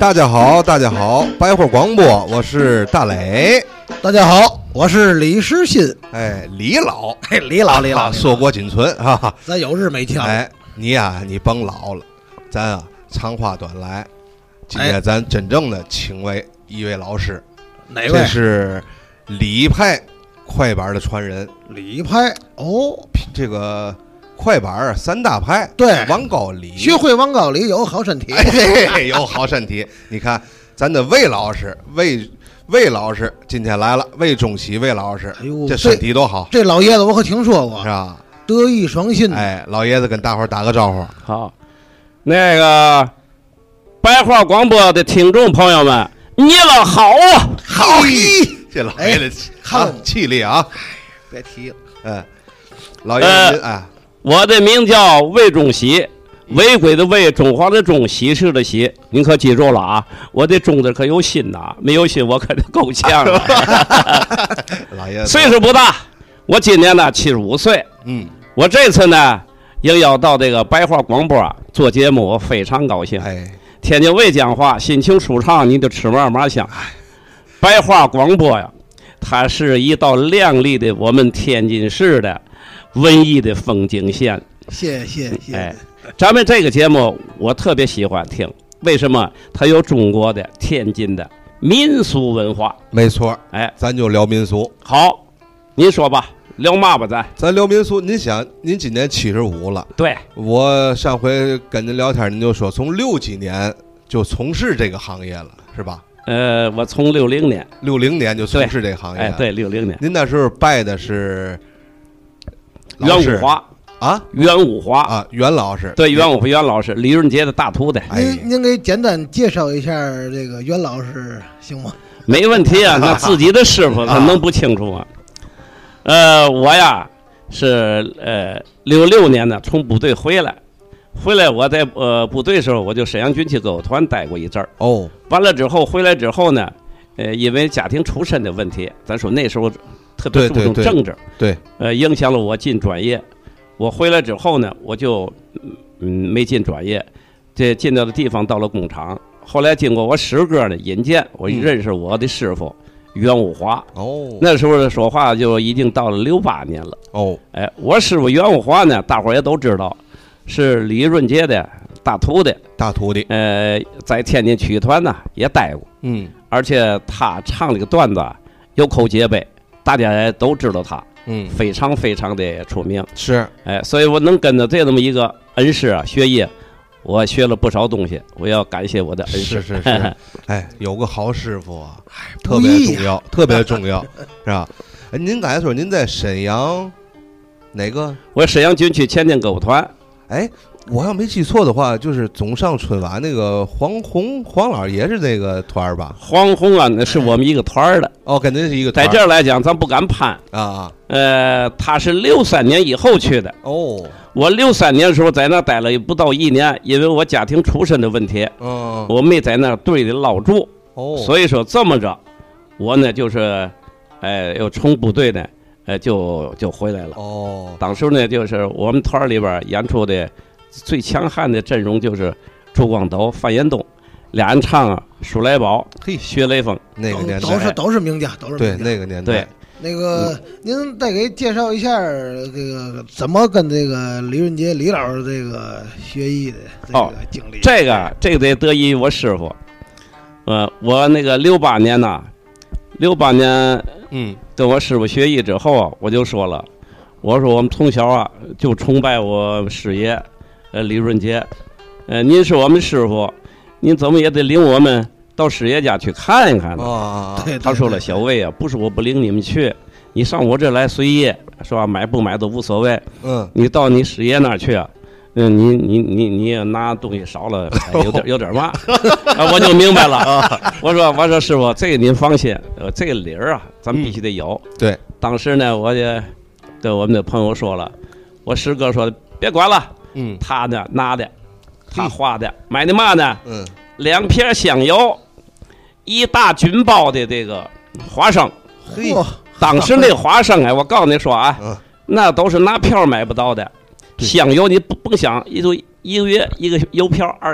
大家好，大家好，白话广播，我是大磊。 大家好，我是李世新。 哎，李老， 李老， 硕果仅存哈。 咱有日没瞧。 哎，你呀，你甭老了，咱啊长话短来。今天咱真正的请为一位老师， 哪位？ 这是李派快板的传人。 李派哦， 这个快板三大派， 对， 王高李， 学会王高李有好身体， 有好身体。你看咱的魏老师，魏老师今天来了，魏中喜魏老师， 哎呦， 这身体多好。 这老爷子我可听说过， 是吧？ 德艺双馨。 哎，老爷子跟大伙儿打个招呼。 好，那个白话广播的听众朋友们，你们好啊！ 好， 这老爷子气力啊！ 别提了。 嗯，老爷子哎， 我的名叫魏中喜。违规的违，中华的中，喜事的喜，您可记住了啊！我这中字可有心呐，没有心我可就够呛了。 老爷子岁数不大，我今年呢75岁。我这次呢应邀到这个白话广播做节目，我非常高兴。 哎， 天津卫讲话，心情舒畅，你就吃嘛嘛香。白话广播呀，它是一道亮丽的我们天津市的文艺的风景线。 谢谢。 哎，咱们这个节目我特别喜欢听，为什么？它有中国的天津的民俗文化。 没错， 哎， 咱就聊民俗。 好，您说吧，聊嘛吧咱聊民俗。您想，您今年75了， 对， 我上回跟您聊天，您就说从60几年就从事这个行业了，是吧？ 我从60年就从事这个行业。 哎，对，60年。 您那时候拜的是袁武华。 啊， 袁武华啊，袁老师， 对，袁老师，李润杰的大徒弟。 您给简单介绍一下这个袁老师行吗？ 没问题啊，那自己的师傅他能不清楚吗？我呀是66年呢从部队回来我在部队的时候我就沈阳军区歌舞团待过一阵儿。 哦， 完了之后回来之后呢，因为家庭出身的问题，咱说那时候特别注重政治， 对， 影响了我进专业。我回来之后呢，我就没进专业，这进到的地方到了工厂。后来经过我师哥的引荐，我认识我的师傅袁武华。 哦， 那时候的说话就已经到了68年了。 哦， 哎，我师傅袁武华呢，大伙儿也都知道，是李润杰的大徒弟。在天津曲艺团呢也待过。而且他唱这个段子有口皆碑，大家也都知道他。非常非常的出名。 是， 哎，所以我能跟着这么一个恩师啊学艺，我学了不少东西，我要感谢我的恩师。 是，哎，有个好师傅啊，特别重要，特别重要，是吧？哎，您刚才说您在沈阳哪个？ 我沈阳军区前进歌舞团。 哎，我要没记错的话，就是总上春晚那个黄老也是这个团吧？ 黄宏啊，那是我们一个团的。 哦，跟您是一个团。 在这儿来讲，咱不敢攀啊。 他是63年以后去的。 哦， 我63年的时候在那待了不到1年，因为我家庭出身的问题，我没在那队里捞住。 哦， 所以说这么着，我呢就是，又从部队呢，就回来了。 哦， 当时呢就是我们团里边演出的最强悍的阵容就是朱光斗、范延东，俩人唱啊，舒来宝、薛雷锋， 那个年代都是名家， 对那个年代。 对， 那个您再给介绍一下这个怎么跟这个李润杰李老师这个学艺的这个经历。 这个得得益于我师傅。我那个68年呐，68年，跟我师傅学艺之后啊，我就说了，我说我们从小啊就崇拜我师爷，李润杰，您是我们师傅，您怎么也得领我们到师爷家去看一看呢。 对， 他说了，小魏啊，不是我不领你们去，你上我这来随意，是吧？买不买都无所谓。你到你师爷那儿去啊。你也拿东西少了，有点嘛，我就明白了。我说师傅，这个您放心，这个理儿啊，咱必须得有。 对， 当时呢，我就对我们的朋友说了，我师哥说别管了，他呢拿的，他花的，买的嘛呢？2瓶香油，1大军包的这个花生。当时那花生我告诉你说啊，那都是拿票买不到的。香油你甭想，一个月一个邮票2两，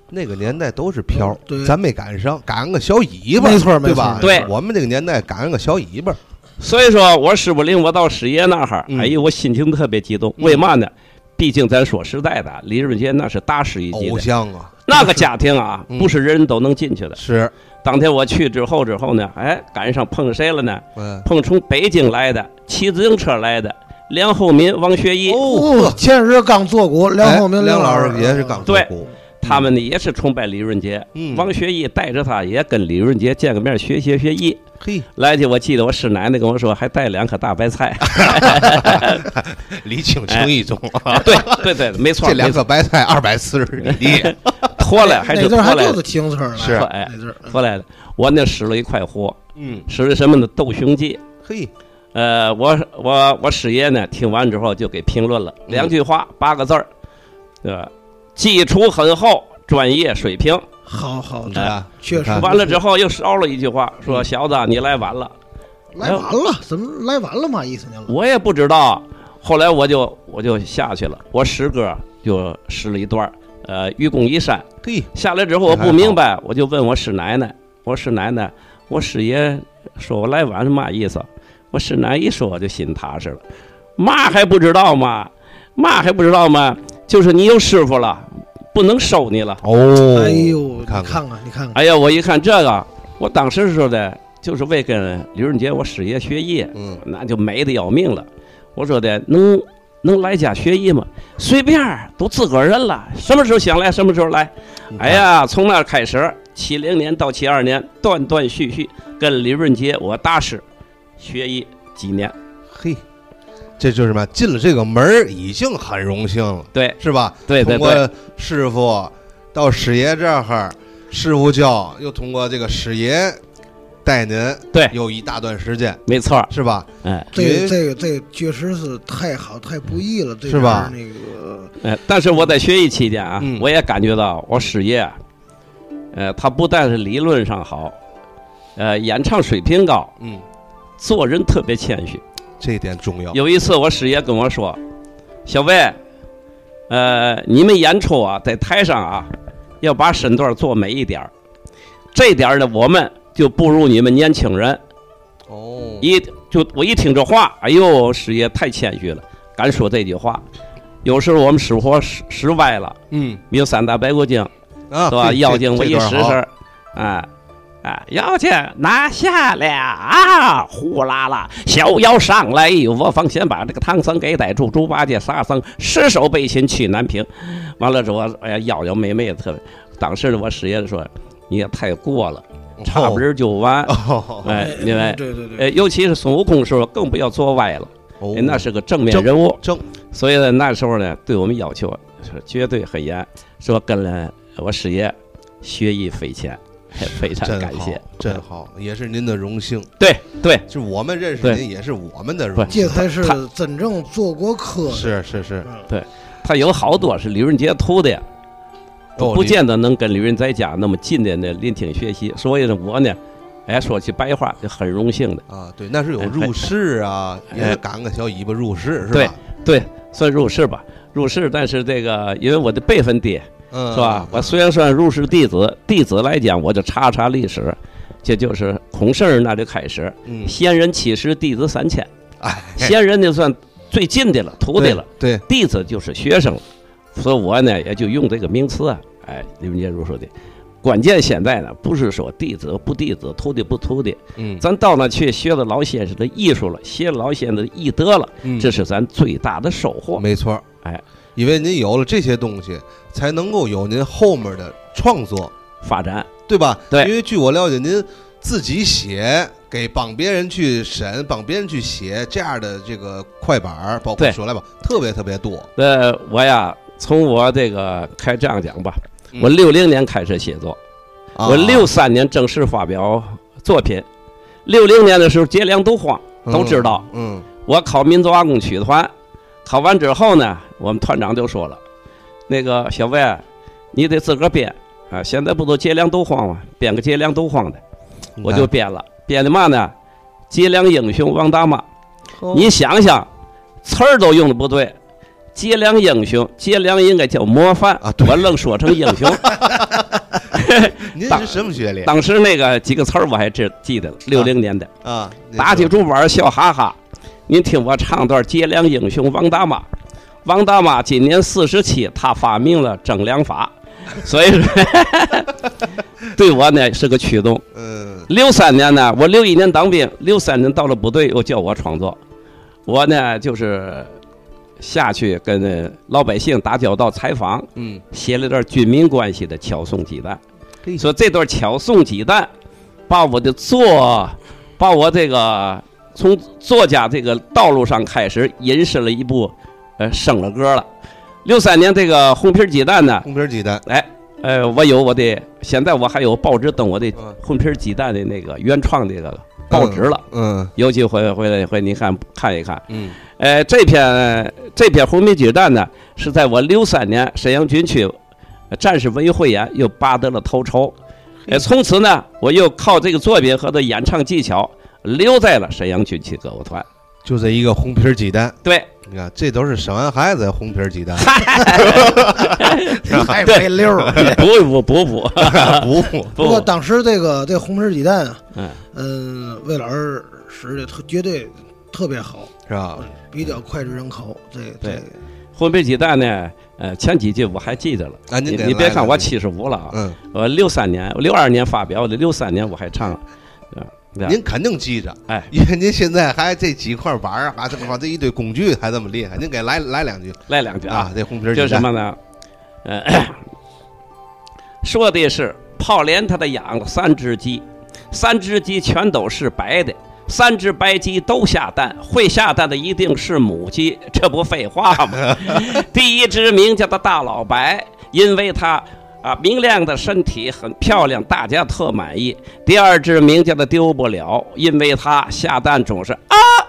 那个年代都是漂， 对， 咱没赶上，赶上个小尾巴， 没错， 对吧？ 对， 我们这个年代赶上个小尾巴。 所以说我师傅领我到师爷那儿，哎呦，我心情特别激动。为嘛呢？毕竟咱说实在的，李润杰那是大师一级的偶像啊， 那个家庭啊，不是人人都能进去的。 是， 当天我去之后呢，哎，赶上碰谁了呢？碰从北京来的，骑自行车来的梁厚民、王学义。 哦，前日刚做过，梁厚民梁老师也是刚做过。 他们呢也是崇拜李润杰，王学义带着他也跟李润杰见个面，学艺。 嘿， 来去我记得我师奶奶跟我说，还带2颗大白菜， 礼轻情意重啊！对，没错， 这2颗白菜240粒， 拖来还是拖来的， 是哎，拖来的。我那使了一块火，使了什么呢？斗雄记。 嘿， 我师爷呢听完之后就给评论了2句话8个字儿，基础很厚，专业水平。 好， 确实。完了之后又捎了一句话，说小子你来晚了。 来晚了？怎么来晚了嘛？意思呢？ 我也不知道。后来我就下去了，我师哥就使了一段愚公移山。 对， 下来之后我不明白，我就问我师奶奶，我师奶奶，我师爷说我来晚是嘛意思？我师奶一说我就心踏实了。嘛还不知道吗？就是你有师傅了，不能收你了。 哦， 哎呦，你看看， 哎呀，我一看这个，我当时说的就是为跟李润杰我师爷学艺，那就美得要命了。我说的能来家学艺吗？随便，都自个儿人了，什么时候想来什么时候来。哎呀，从那开始，70年到72年，断断续续跟李润杰我大师学艺几年。 嘿。这就是什么？进了这个门已经很荣幸了， 对， 是吧？ 对， 通过师傅到师爷这儿，师傅教，又通过这个师爷带您， 对， 有一大段时间， 没错， 是吧？ 哎， 这确实是太好太不易了， 是吧？ 那个， 哎，但是我在学艺期间啊，我也感觉到我师爷，他不但是理论上好，演唱水平高，做人特别谦虚。 这一点重要。 有一次我师爷跟我说，小魏，你们演出啊在台上啊要把身段做美一点，这点呢我们就不如你们年轻人。我一听这话，哎呦，师爷太谦虚了，敢说这句话。有时候我们使活使歪了，比如3打白骨精，是吧？妖精我一使，妖精拿下了，呼啦啦，小妖上来，我方先把这个唐僧给逮住，猪八戒沙僧失手背擒去南平。完了之后，哎呀，妖妹妹特别。当时我师爷说，你也太过了，差不离就完。哎，因为对，尤其是孙悟空时候，更不要做歪了。那是个正面人物，所以呢，那时候呢，对我们要求是绝对很严，说跟了我师爷学艺匪浅。非常感谢， 真好，也是您的荣幸。 对， 就我们认识您，也是我们的荣幸。 这才是真正做过科。 是， 对，他有好多是李润杰徒弟，不见得能跟李润在家那么近的聆听学习。所以呢，我呢，说起白话就很荣幸的啊。对，那是有入室啊，也是赶个小尾巴入室，是吧？ 对，算入室吧，入室。但是这个，因为我的辈分低。是吧？我虽然算入室弟子来讲，我就查历史，这就是孔圣那就开始，贤人70，弟子3000。贤人就算最近的了，徒弟了， 对， 弟子就是学生了，所以我呢也就用这个名词啊，李润杰入室的。关键现在呢，不是说弟子不弟子，徒弟不徒弟，咱到那去学的老先生的艺术了，学老先生的艺德了，这是咱最大的收获。 没错，因为您有了这些东西，才能够有您后面的创作发展， 对吧？ 对， 因为据我了解，您自己写，给帮别人去审，帮别人去写这样的这个快板，包括说来吧，特别特别多。 我呀，从我这个开这样讲吧，我60年开始写作，我63年正式发表作品，60年的时候节粮都荒，都知道。我考民族阿公曲团。考完之后呢，我们团长就说了，那个小魏，你得自个儿编啊！现在不都节粮都荒吗？编个节粮都荒的，我就编了。编的嘛呢？节粮英雄王大妈。你想想，词儿都用的不对， 杰良英雄，杰良应该叫模范啊， 我愣说成英雄。 您是什么学历？ 当时那个几个词儿我还记得了，60年代啊， 打起竹板笑哈哈。您听我唱段杰良英雄王大妈。王大妈今年47，她发明了征粮法，所以说对我呢是个驱动。63年呢，我61年当兵，63年到了部队，又叫我创作。我呢就是下去跟老百姓打交道采访，写了段军民关系的敲送鸡蛋。所以这段敲送鸡蛋，把我这个从作家这个道路上开始引申了一部升了歌了。63年这个红皮鸡蛋呢， 红皮鸡蛋， 我有我的，现在我还有报纸登我的红皮鸡蛋的那个原创的这个报纸了。有机会回来你看一看。这篇红皮鸡蛋呢，是在我63年沈阳军区战士文艺汇演又拔得了头筹。从此呢，我又靠这个作品和的演唱技巧留在了沈阳军区歌舞团。 就这一个红皮鸡蛋， 对， 你看这都是生完孩子红皮鸡蛋， 还没溜儿， 不。 不过当时这个红皮鸡蛋啊，魏老师使的绝对特别好， 是吧？ 比较脍炙人口。对， 红皮鸡蛋呢，前几句我还记着了。你别看我75了啊，我62年发表的，63年我还唱。 您肯定记着，因为您现在还这几块板儿啊，这一堆工具还这么厉害，您给来两句啊！这红皮就是什么呢？说的是炮连它的养了3只鸡，3只鸡全都是白的，3只白鸡都下蛋，会下蛋的一定是母鸡，这不废话吗？第一只名叫的大老白，因为它明亮的身体很漂亮，大家特满意。第二只名叫的丢不了，因为他下蛋总是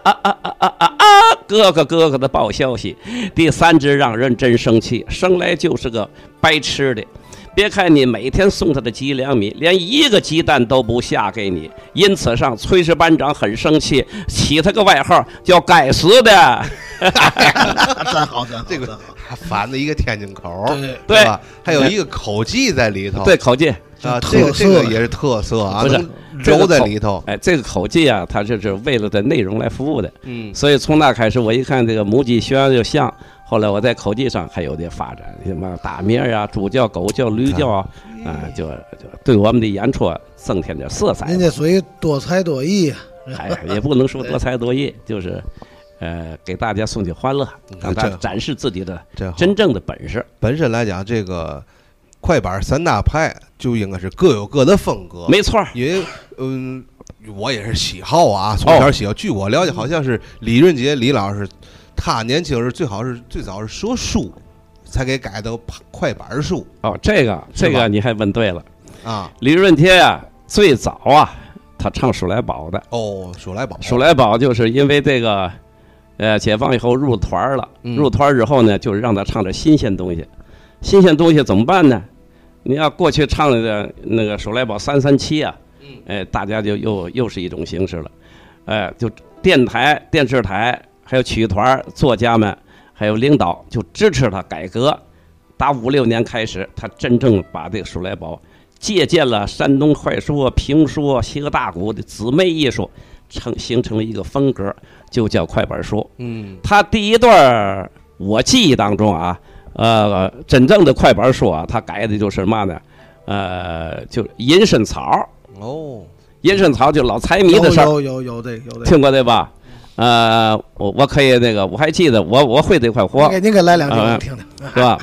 哥哥的报消息。第三只让人真生气，生来就是个白吃的。别看你每天送他的几两米，连一个鸡蛋都不下给你，因此上炊事班长很生气，起他个外号叫该死的。 真好， 这个反的一个天津口， 对吧？还有一个口技在里头， 对，口技啊，这个也是特色啊， 不是揉在里头。 这个口技啊，它就是为了这内容来服务的。所以从那开始，我一看这个母鸡学就像。后来我在口技上还有点发展，什么大名啊、猪叫、狗叫、驴叫啊，就对我们的演出增添点色彩。 人家属于多才多艺， 也不能说多才多艺，就是给大家送去欢乐，让大家展示自己的真正的本事。 本身来讲，这个快板3大派就应该是各有各的风格， 没错。 因为我也是喜好啊，从小喜好。据我了解，好像是李润杰李老师。他年轻时最早是说书，才给改的快板书。 这个你还问对了啊！ 李润杰啊，最早啊，他唱数来宝的。 数来宝就是因为这个，解放以后入团了，入团之后呢，就是让他唱点新鲜东西。新鲜东西怎么办呢？你要过去唱的那个数来宝337啊，大家就又是一种形式了，就电视台。还有曲艺团作家们，还有领导就支持他改革。打5、6年开始，他真正把这个数来宝借鉴了山东快说、评说、协大鼓的姊妹艺术，形成了一个风格，就叫快板说。他第一段我记忆当中啊，真正的快板说啊，他改的就是什么呢？就隐身草。隐身草就老财迷的事儿。 有的听过对吧？我可以那个，我还记得我会这块活。 您给来两句我听听， 是吧？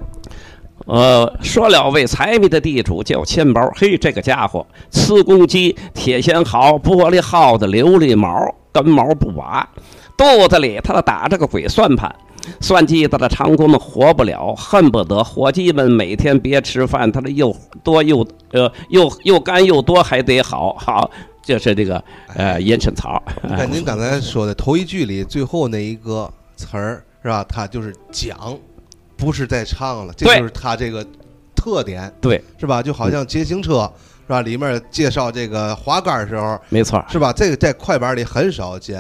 说了位财迷的地主叫钱包，嘿，这个家伙瓷公鸡、铁线好，玻璃耗子、琉璃毛，根毛不拔，肚子里他打着个鬼算盘。算计他的长工们活不了，恨不得伙计们每天别吃饭，他的又多又干又多还得好，就是这个隐身草。 看您刚才说的头一句里最后那一个词儿是吧？他就是讲，不是在唱了，这就是他这个特点， 对， 是吧？就好像捷行车是吧？里面介绍这个滑杆的时候， 没错， 是吧？这个在快板里很少见。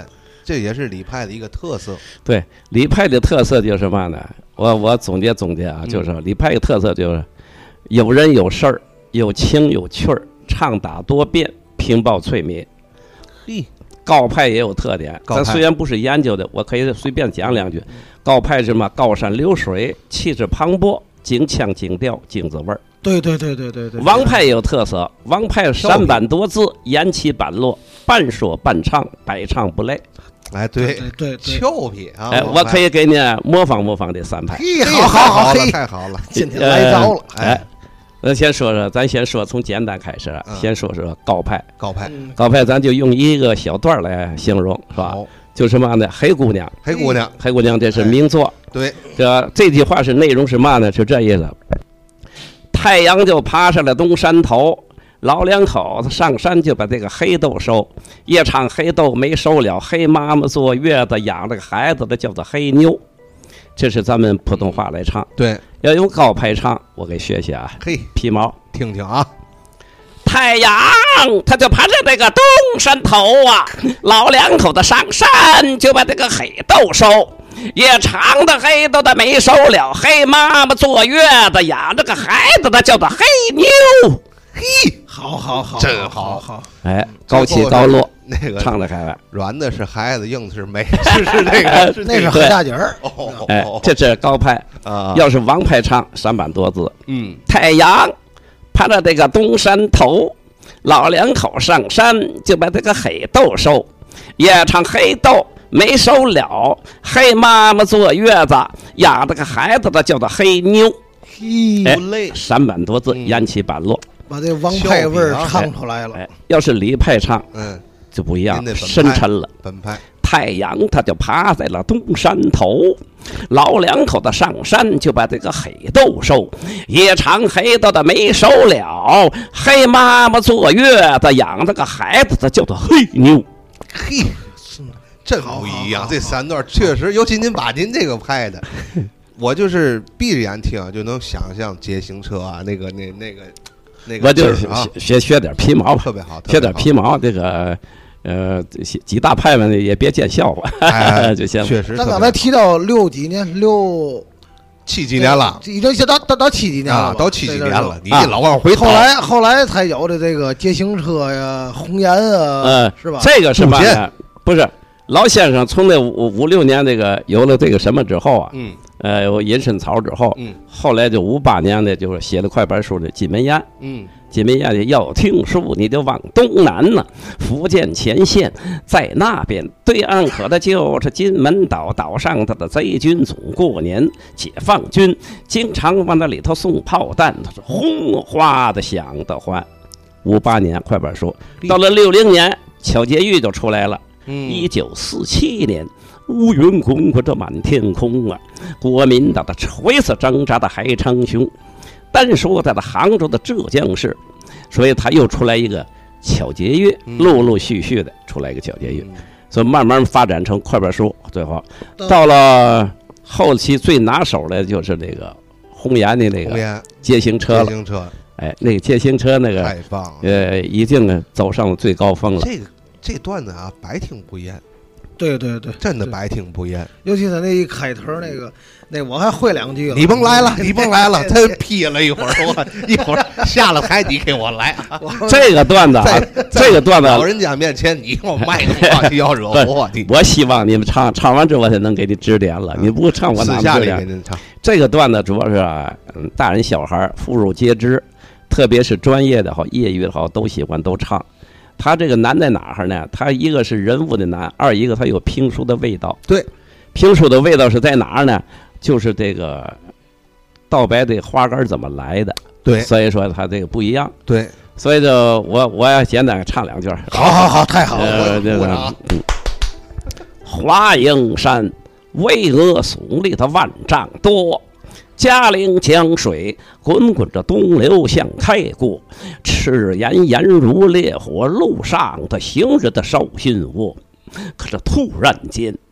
这也是李派的一个特色。 对，李派的特色就是嘛呢？我总结啊，就是李派的特色就是有人有事儿，有情有趣儿，畅达多变，平暴脆灭。 嘿， 高派也有特点，咱虽然不是研究的，我可以随便讲两句。高派是什么？高山流水，气质磅礴，京腔京调，京滋味儿。 对。 王派也有特色，王派3板多字，言起板落，半说半唱，百唱不累。 哎，对，俏皮啊！ 哎，我可以给你模仿这3派。 好， 太好了， 今天来招了。 哎，咱先说从简单开始，先说高派。高派，咱就用一个小段来形容，是吧？就什么呢？黑姑娘，这是名作。 对， 这句话是内容是嘛呢？是这意思。太阳就爬上了东山头，老两口子上山就把这个黑豆收，夜场黑豆没收了，黑妈妈坐月子养这个孩子的叫做黑妞，这是咱们普通话来唱。 对， 要用高派唱，我给学学啊。 嘿， 皮毛， 听听啊。 太阳他就爬着这个东山头啊，老两口子上山就把这个黑豆收，夜场的黑豆的没收了，黑妈妈坐月子养这个孩子的叫做黑妞。 嘿， 好， 真好。 哎，高起高落， 那个唱得开了。 软的是孩子，硬的是妹，是那个， 那是黑大姐儿。 哎，这是高派啊。要是王派唱3板多字，太阳爬着这个东山头，老两口上山就把这个黑豆收，夜场黑豆没收了，黑妈妈坐月子养这个孩子的叫做黑妞。哎，3板多字，言起板落， 把这王派味儿唱出来了。 哎，要是李派唱，就不一样，深沉了。 本派太阳他就爬在了东山头，老两口子上山就把这个黑豆收，夜场黑豆的没收了，黑妈妈坐月子养这个孩子的叫做黑妞。 嘿，真不一样。这3段确实，尤其您把您这个拍的，我就是闭着眼听就能想象街行车啊，那个， 我就学点皮毛， 特别好， 学点皮毛。这个几大派们也别见笑话，就行了。 确实， 咱刚才提到6几年，6、 7几年了， 已经到7几年了， 到7几年了。你老往回倒。 后来才有的这个街行车呀、红颜啊，是吧？ 这个是嘛呀？不是。老先生从那5、6年这个有了这个什么之后啊，有隐身草之后，后来就58年的就是写了快板书的《金门宴》，金门宴的要听书你就往东南呢，福建前线在那边，对岸可的就是金门岛，岛上他的贼军总过年，解放军经常往那里头送炮弹，他是轰哗的响的欢。58年快板书，到了60年乔洁玉就出来了。1947年，乌云滚滚着满天空啊！国民党的垂死挣扎的还称雄。单说在杭州的浙江市，所以他又出来一个巧节乐，陆陆续续的出来一个巧节乐，所以慢慢发展成快板书。最后到了后期最拿手的就是那个红岩的那个街行车了。哎，那个街行车那个太棒了， 已经走上了最高峰了。 这段子啊，百听不厌。 对， 真的百听不厌。 尤其他那一开头那我还会2句了。 你甭来了，他批了一会儿，一会儿下了台，你给我来啊！ 这个段子啊，这个段子， 老人家面前你给我卖个话，要惹祸。 我希望你们唱完之后才能给你指点了，你不唱我哪能指点？这个段子主要是大人小孩妇孺皆知，特别是专业的好、业余的好都喜欢都唱。他这个难在哪儿呢？他一个是人物的难，二一个他有评书的味道。 对， 评书的味道是在哪儿呢？就是这个道白的花杆怎么来的。 对， 所以说他这个不一样。 对， 所以就我要简单唱2句。 好，太好了。 这个华蓥山巍峨耸立的万丈多。嘉陵江水滚滚着东流向开过，赤炎炎如烈火，路上的行人的手心窝。可是突然间，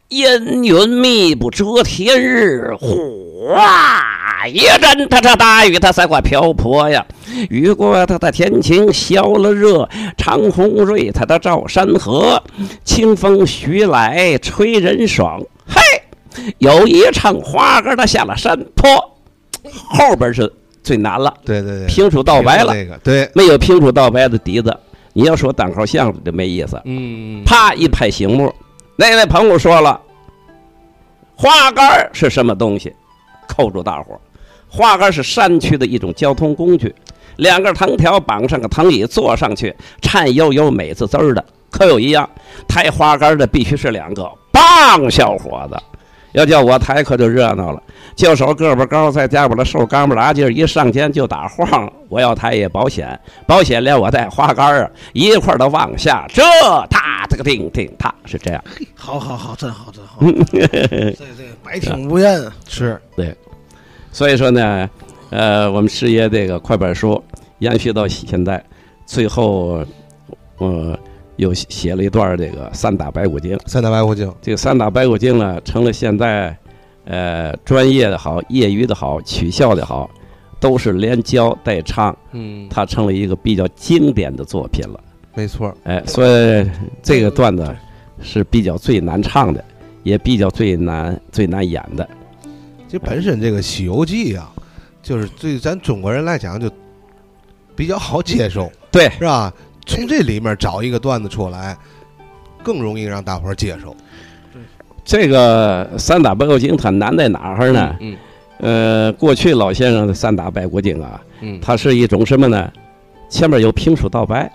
阴云密布遮天日，哗一阵它这大雨它才快瓢泼呀，雨过它的天晴消了热，长虹瑞它的照山河，清风徐来吹人爽。嘿，有一唱花歌的下了山坡，后边是最难了。 对对对， 评出道白了。 对， 没有评出道白的底子，你要说单口相声就没意思。啪一拍醒目，那位朋友说了，花杆是什么东西？扣住大伙，花杆是山区的一种交通工具，两个藤条绑上个藤椅，坐上去，颤悠悠美滋滋的。可有一样，抬花杆的必须是两个棒小伙子。要叫我抬可就热闹了，就手胳膊高，再加我的手钢巴拉劲儿，一上前就打晃。我要抬也保险，保险连我带花杆啊一块儿的往下，这踏这个叮叮踏是这样。 好，真好。对，百听不厌啊。 是对，所以说呢，我们师爷这个快板书延续到现在，最后我又写了一段这个三打白骨精。这个三打白骨精呢，成了现在专业的好，业余的好，取笑的好，都是连教带唱。它成了一个比较经典的作品了。 没错。 所以这个段子是比较最难唱的，也比较最难演的。 就本身这个《西游记》啊，就是对咱中国人来讲就比较好接受， 对， 是吧？从这里面找一个段子出来，更容易让大伙儿接受。 这个三打白骨精它难在哪儿呢？过去老先生的三打白骨精啊，它是一种什么呢？前面有评书道白。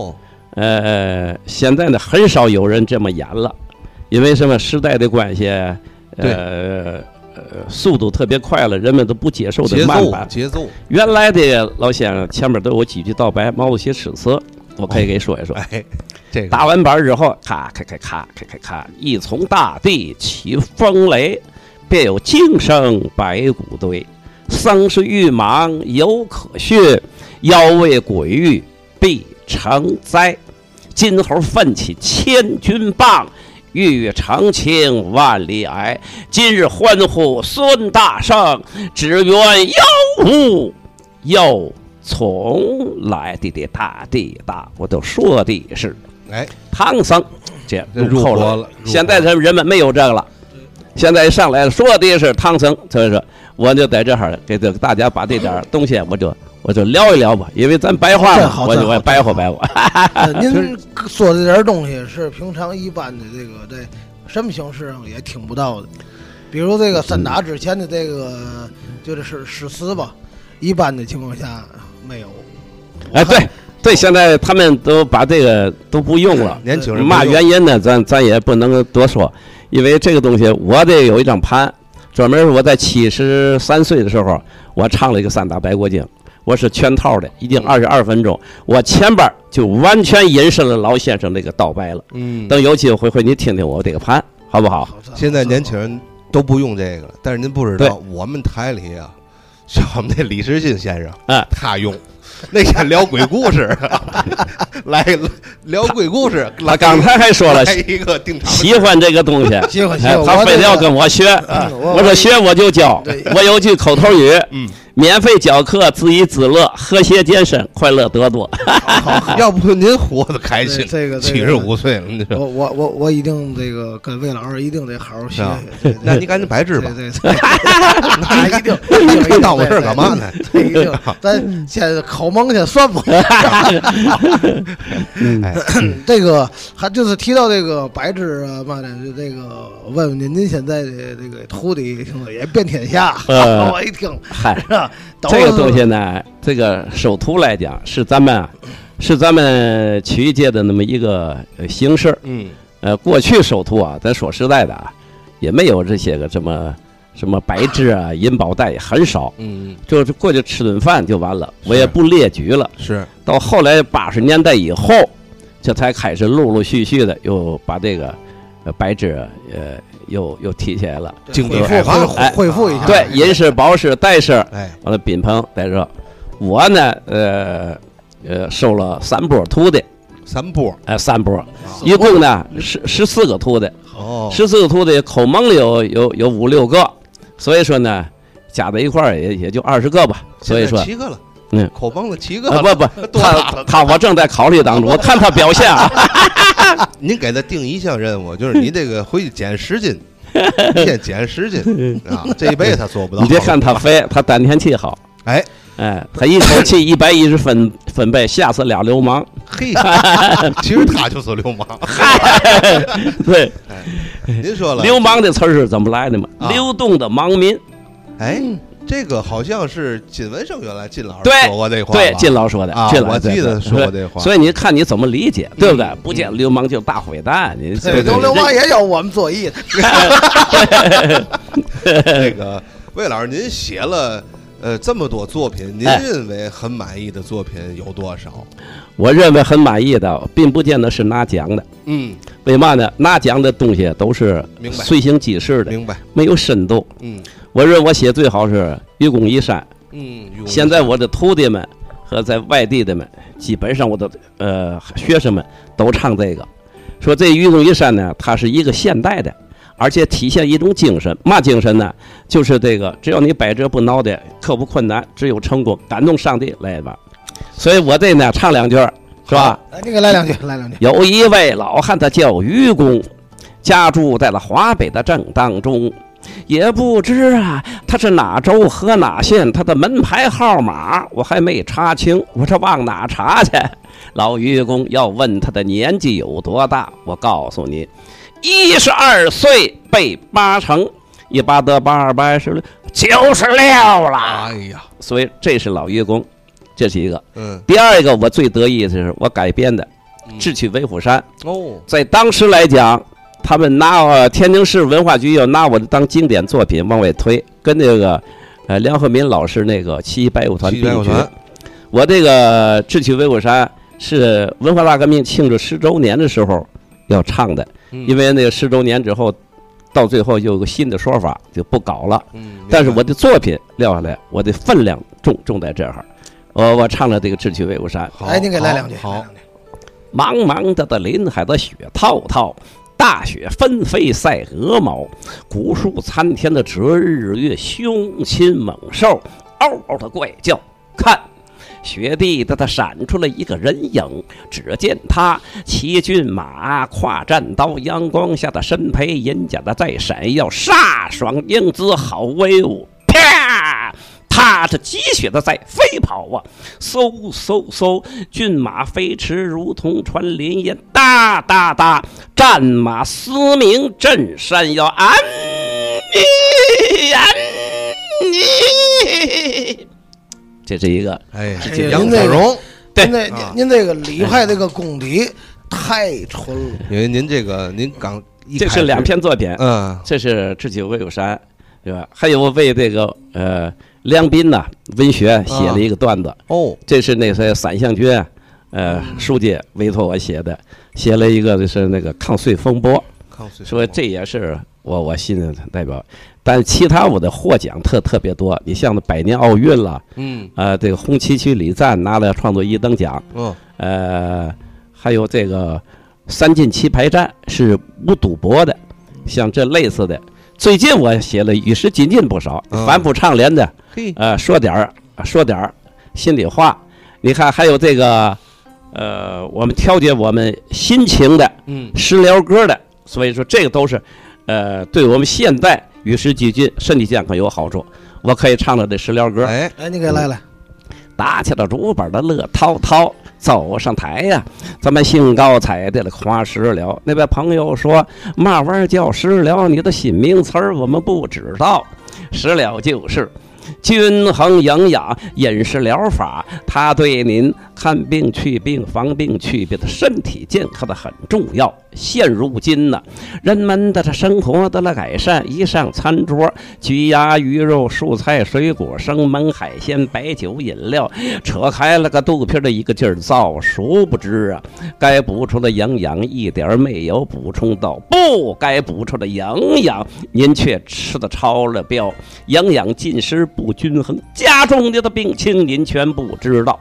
现在呢很少有人这么演了，因为什么？时代的关系，速度特别快了，人们都不接受的慢版节奏。 原来的老先生前面都有几句道白，毛主席诗词。我可以给说一说。 这个打完板之后，咔，一从大地起风雷，便有惊声白骨堆。僧是玉蟒犹可恤，妖为鬼域必成灾。金猴奋起千钧棒，欲澄清万里哀。今日欢呼孙大圣，只愿妖无又从来的大地大，我都说的是，唐僧这入后了。现在人们没有这个了，现在上来说的是唐僧，所以说我就在这儿给这个大家把这点东西我就聊一聊吧，因为咱白话嘛，我就白话。 您说的这点东西是平常一般的这个在什么形式上也听不到的，比如这个三打之前的这个就是诗词吧，一般的情况下没有。 对，现在他们都把这个都不用了， 年轻人嘛原因呢？咱也不能多说，因为这个东西我得有一张盘，专门我在73岁的时候，我唱了一个三打白骨精，我是全套的，已经22分钟，我前边就完全引申了老先生那个道白了。等有机会你听听我这个盘，好不好？ 现在年轻人都不用这个了，但是您不知道，我们台里啊，像我们那李时珍先生，他用。那天聊鬼故事，来聊鬼故事。 他刚才还说了一个定场喜欢这个东西， 喜欢， 他非得要跟我学。我说学我就教，我有句口头语，免费教课，自娱自乐，和谐健身，快乐得多。 要不您活得开心， 这个 75岁了， 我一定这个跟魏老师一定得好好学。 那你赶紧白纸吧。 那一定， 你当我事干嘛呢？ 一定，咱先口蒙先算不。这个还就是提到这个白纸啊嘛的，这个问问您现在的这个徒弟也遍天下。我一听， 嗨，这个东西呢，这个收徒来讲是咱们曲艺界的那么一个形式。过去收徒啊，咱说实在的啊，也没有这些个什么白纸啊、银宝带也很少。就是过去吃顿饭就完了，我也不列举了。 是到后来80年代以后，这才开始陆陆续续的又把这个白纸又提起来了， 恢复一下。 对，银饰、宝饰、带饰，完了宾朋在这。我呢，收了3波徒弟，3波，一共呢14个徒弟。 14个徒弟，口蒙里有5、6个，所以说呢，加在一块儿也就20个吧。所以说 7个了。口蒙了7个了。不，他我正在考虑当中，我看他表现啊。 您给他定一项任务，就是你这个回去减10斤，你先减10斤啊，这一辈子他做不到。 你别看他肥，他丹田气好。 哎， 他一口气110分贝，吓死俩流氓。 嘿，其实他就是流氓。 对， 您说了， 流氓的词儿是怎么来的嘛？流动的盲民。 哎，这个好像是金文生原来金老师说过这话， 对，金老说的， 我记得说过这话。 所以你看你怎么理解，对不对？不见流氓就大坏蛋，你有流氓也有我们作业的。 这个魏老师，您写了这么多作品，您认为很满意的作品有多少？ 我认为很满意的，并不见得是拿奖的。为嘛呢？拿奖的东西都是随行记事的， 明白？ 没有深度。我认为我写最好是愚公移山。现在我的徒弟们和在外地的们，基本上我的学生们都唱这个，说这愚公移山呢，它是一个现代的，而且体现一种精神。嘛精神呢？就是这个，只要你百折不挠的克服困难，只有成功，感动上帝来吧。所以我这呢唱2句，是吧？ 你给来2句。 有一位老汉，他叫愚公，家住在了华北的正当中。也不知啊，他是哪州和哪县，他的门牌号码我还没查清，我这往哪查去？老愚公要问他的年纪有多大，我告诉你，12岁背8成，1得826，96了。 哎呀， 所以这是老愚公，这是一个。第二个我最得意的是我改编的《智取威虎山》。在当时来讲，他们拿天津市文化局要拿我的当经典作品往外推，跟那个梁鹤民老师那个七白虎团比去。我这个《智取威虎山》是文化大革命庆祝10周年的时候要唱的，因为那个10周年之后，到最后又有个新的说法，就不搞了。但是我的作品撂下来，我的分量重在这儿。我唱了这个《智取威虎山》。 哎，你给来2句。 好， 茫茫的林海的雪滔滔。大雪纷飞赛鹅毛，古树参天的折日月，凶禽猛兽嗷嗷的怪叫。看，雪地的他闪出了一个人影，只见他骑骏马，挎战刀，阳光下的身陪银甲的在闪耀，飒爽英姿好威武。啪！踏着积雪的在飞跑啊，嗖嗖嗖，骏马飞驰如同穿林烟，哒哒哒，战马嘶鸣震山摇，安妮。这是一个， 杨子荣。 对， 您这个李派这个功底太纯了。 因为您这个您刚这是2篇作品，这是《智取威虎山》，对吧？还有为这个梁斌呐文学写了一个段子。这是那些散项军书记委托我写的，写了一个就是那个抗税风波，说这也是我心的代表。但其他我的获奖特别多，你像100年奥运了，这个红旗区礼赞拿了创作1等奖，还有这个3进7排战是无赌博的，像这类似的。最近我写了与时俱进不少，反复唱联的，说点儿心里话。你看还有这个我们调节我们心情的，食疗歌的，所以说这个都是对我们现在与时俱进身体健康有好处。我可以唱了这食疗歌。 哎，你给来打起了竹板的乐滔滔，走上台呀，咱们兴高采烈的夸食疗。那位朋友说，嘛玩意儿叫食疗？你的新名词儿我们不知道。食疗就是均衡营养饮食疗法，它对您看病去病防病去病的身体健康的很重要。现如今呢，人们的生活得了改善，一上餐桌，鸡鸭鱼肉蔬菜水果生猛海鲜白酒饮料，扯开了个肚皮的一个劲儿造。殊不知啊，该补充的营养一点没有补充到，不该补充的营养您却吃的超了标，营养进食不均衡，加重您的病情您全不知道。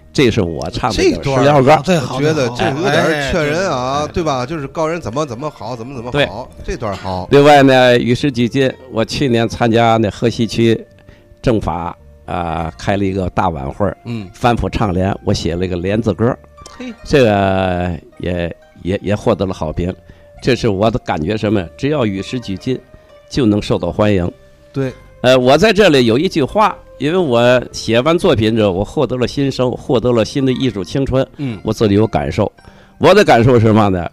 这是我唱的这段料歌， 我觉得这有点劝人啊，对吧？就是告人怎么好，怎么好，这段好。 另外呢，与时俱进，我去年参加那河西区政法开了一个大晚会，反复唱联，我写了一个联字歌，这个也获得了好评。这是我的感觉，什么？只要与时俱进，就能受到欢迎。 对， 我在这里有一句话，因为我写完作品之后，我获得了新生，获得了新的艺术青春。我自己有感受。我的感受是什么呢？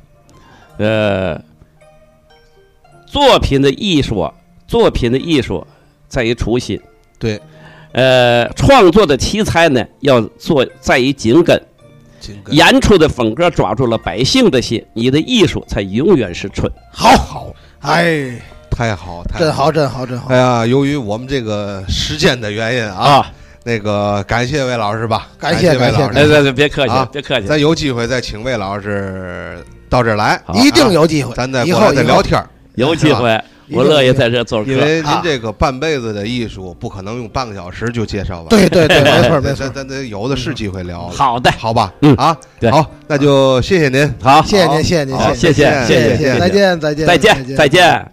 作品的艺术在于初心。 对， 创作的题材呢，在于紧跟。演出的风格抓住了百姓的心，你的艺术才永远是春。 好，哎， 太好， 真好。 哎呀，由于我们这个时间的原因啊，那个感谢魏老师吧， 感谢魏老师。 别客气，别客气。 咱有机会再请魏老师到这儿来， 一定有机会， 咱再过来再聊天。 有机会。我乐意在这做客， 因为您这个半辈子的艺术不可能用半个小时就介绍完。 对，没错， 咱有的是机会聊。 好的， 好吧， 对， 好，那就谢谢您， 好， 谢谢您，谢谢您， 谢谢， 再见。